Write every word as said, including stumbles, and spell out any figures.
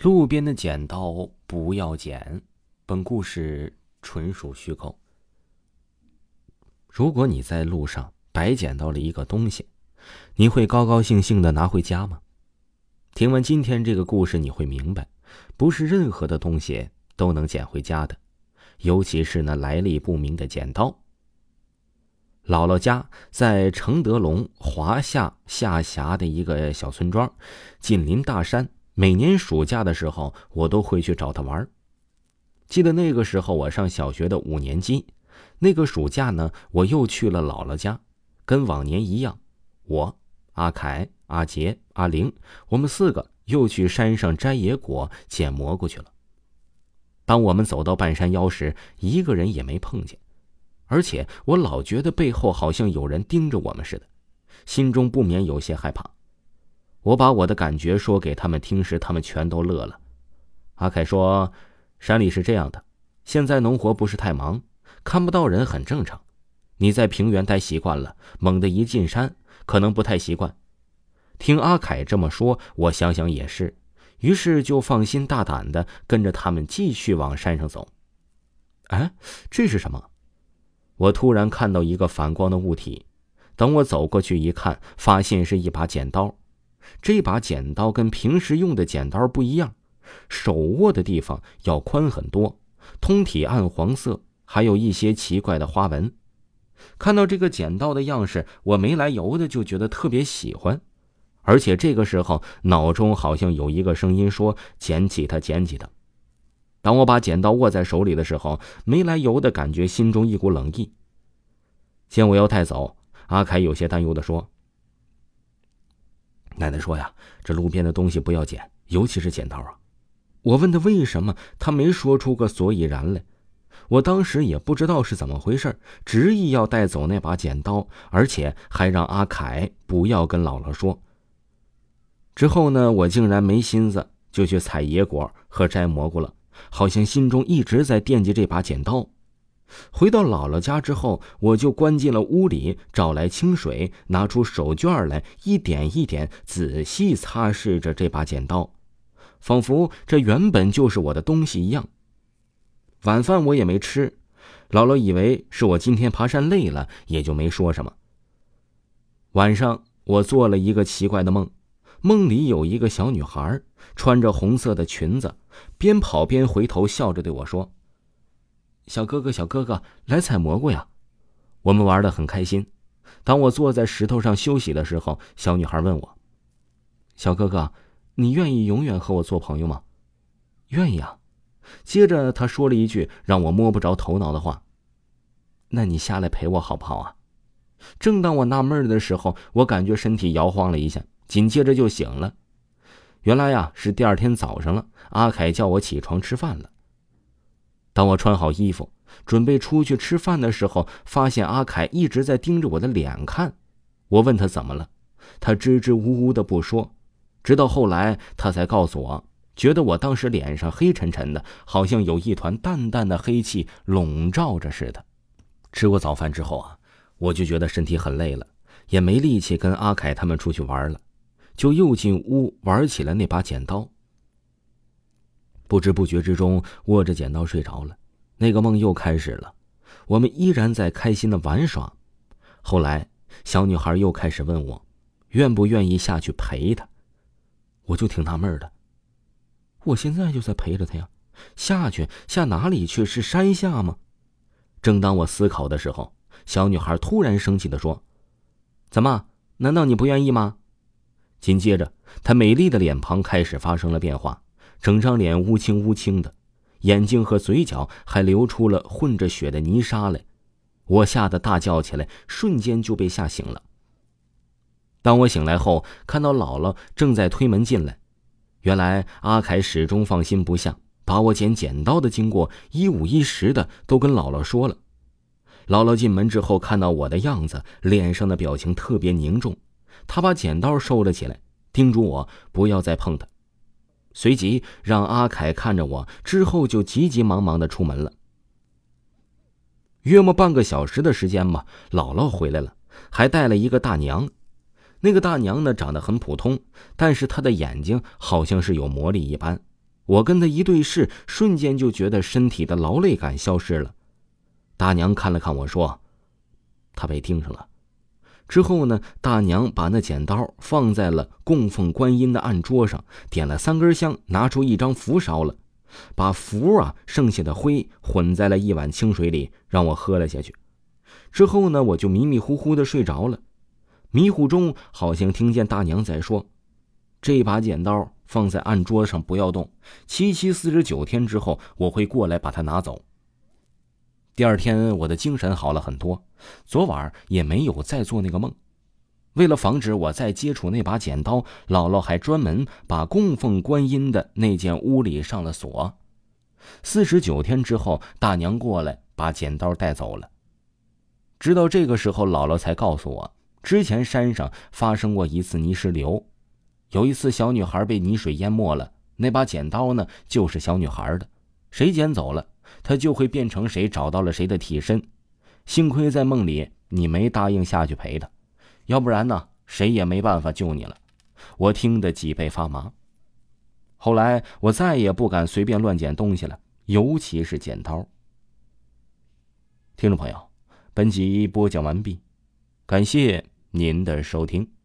路边的剪刀不要捡，本故事纯属虚构。如果你在路上白捡到了一个东西，你会高高兴兴的拿回家吗？听完今天这个故事，你会明白，不是任何的东西都能捡回家的，尤其是那来历不明的剪刀。姥姥家在承德龙华夏下辖的一个小村庄，紧邻大山。每年暑假的时候，我都会去找他玩。记得那个时候我上小学的五年级，那个暑假呢，我又去了姥姥家，跟往年一样，我、阿凯、阿杰、阿玲，我们四个又去山上摘野果、捡蘑菇去了。当我们走到半山腰时，一个人也没碰见，而且我老觉得背后好像有人盯着我们似的，心中不免有些害怕。我把我的感觉说给他们听时，他们全都乐了。阿凯说，山里是这样的，现在农活不是太忙，看不到人很正常。你在平原待习惯了，猛地一进山，可能不太习惯。听阿凯这么说，我想想也是，于是就放心大胆地跟着他们继续往山上走。哎，这是什么？我突然看到一个反光的物体，等我走过去一看，发现是一把剪刀。这把剪刀跟平时用的剪刀不一样，手握的地方要宽很多，通体暗黄色，还有一些奇怪的花纹。看到这个剪刀的样式，我没来由的就觉得特别喜欢，而且这个时候脑中好像有一个声音说，捡起它，捡起它。当我把剪刀握在手里的时候，没来由的感觉心中一股冷意。见我要带走，阿凯有些担忧地说，奶奶说呀，这路边的东西不要捡，尤其是剪刀啊。我问他为什么，他没说出个所以然来。我当时也不知道是怎么回事，执意要带走那把剪刀，而且还让阿凯不要跟姥姥说。之后呢，我竟然没心思就去采野果和摘蘑菇了，好像心中一直在惦记这把剪刀。回到姥姥家之后，我就关进了屋里，找来清水，拿出手绢来，一点一点仔细擦拭着这把剪刀，仿佛这原本就是我的东西一样。晚饭我也没吃，姥姥以为是我今天爬山累了，也就没说什么。晚上我做了一个奇怪的梦，梦里有一个小女孩，穿着红色的裙子，边跑边回头笑着对我说，小哥哥小哥哥，来采蘑菇呀。我们玩得很开心。当我坐在石头上休息的时候，小女孩问我，小哥哥，你愿意永远和我做朋友吗？愿意啊。接着她说了一句让我摸不着头脑的话，那你下来陪我好不好啊？正当我纳闷的时候，我感觉身体摇晃了一下，紧接着就醒了。原来呀，是第二天早上了，阿凯叫我起床吃饭了。当我穿好衣服准备出去吃饭的时候，发现阿凯一直在盯着我的脸看。我问他怎么了，他支支吾吾的不说，直到后来他才告诉我，觉得我当时脸上黑沉沉的，好像有一团淡淡的黑气笼罩着似的。吃过早饭之后啊，我就觉得身体很累了，也没力气跟阿凯他们出去玩了，就又进屋玩起了那把剪刀。不知不觉之中，握着剪刀睡着了，那个梦又开始了。我们依然在开心的玩耍。后来小女孩又开始问我愿不愿意下去陪她。我就挺纳闷的，我现在就在陪着她呀，下去下哪里去？是山下吗？正当我思考的时候，小女孩突然生气地说，怎么，难道你不愿意吗？紧接着她美丽的脸庞开始发生了变化，整张脸乌青乌青的，眼睛和嘴角还流出了混着血的泥沙来。我吓得大叫起来，瞬间就被吓醒了。当我醒来后，看到姥姥正在推门进来。原来阿凯始终放心不下，把我捡剪刀的经过一五一十的都跟姥姥说了。姥姥进门之后看到我的样子，脸上的表情特别凝重，她把剪刀收了起来，叮嘱我不要再碰它。随即让阿凯看着我，之后就急急忙忙地出门了。约莫半个小时的时间吧，姥姥回来了，还带了一个大娘。那个大娘呢，长得很普通，但是她的眼睛好像是有魔力一般， 我跟他一对视，瞬间就觉得身体的劳累感消失了。大娘看了看我说，他被盯上了。之后呢，大娘把那剪刀放在了供奉观音的案桌上，点了三根香，拿出一张符烧了，把符啊剩下的灰混在了一碗清水里，让我喝了下去。之后呢，我就迷迷糊糊的睡着了。迷糊中好像听见大娘在说，这把剪刀放在案桌上不要动，七七四十九天之后我会过来把它拿走。第二天我的精神好了很多，昨晚也没有再做那个梦。为了防止我再接触那把剪刀，姥姥还专门把供奉观音的那间屋里上了锁。四十九天之后，大娘过来把剪刀带走了。直到这个时候，姥姥才告诉我，之前山上发生过一次泥石流，有一次小女孩被泥水淹没了，那把剪刀呢就是小女孩的，谁捡走了，她就会变成谁，找到了谁的替身。幸亏在梦里你没答应下去陪她，要不然呢谁也没办法救你了。我听得脊背发麻。后来我再也不敢随便乱捡东西了，尤其是剪刀。听众朋友，本集播讲完毕，感谢您的收听。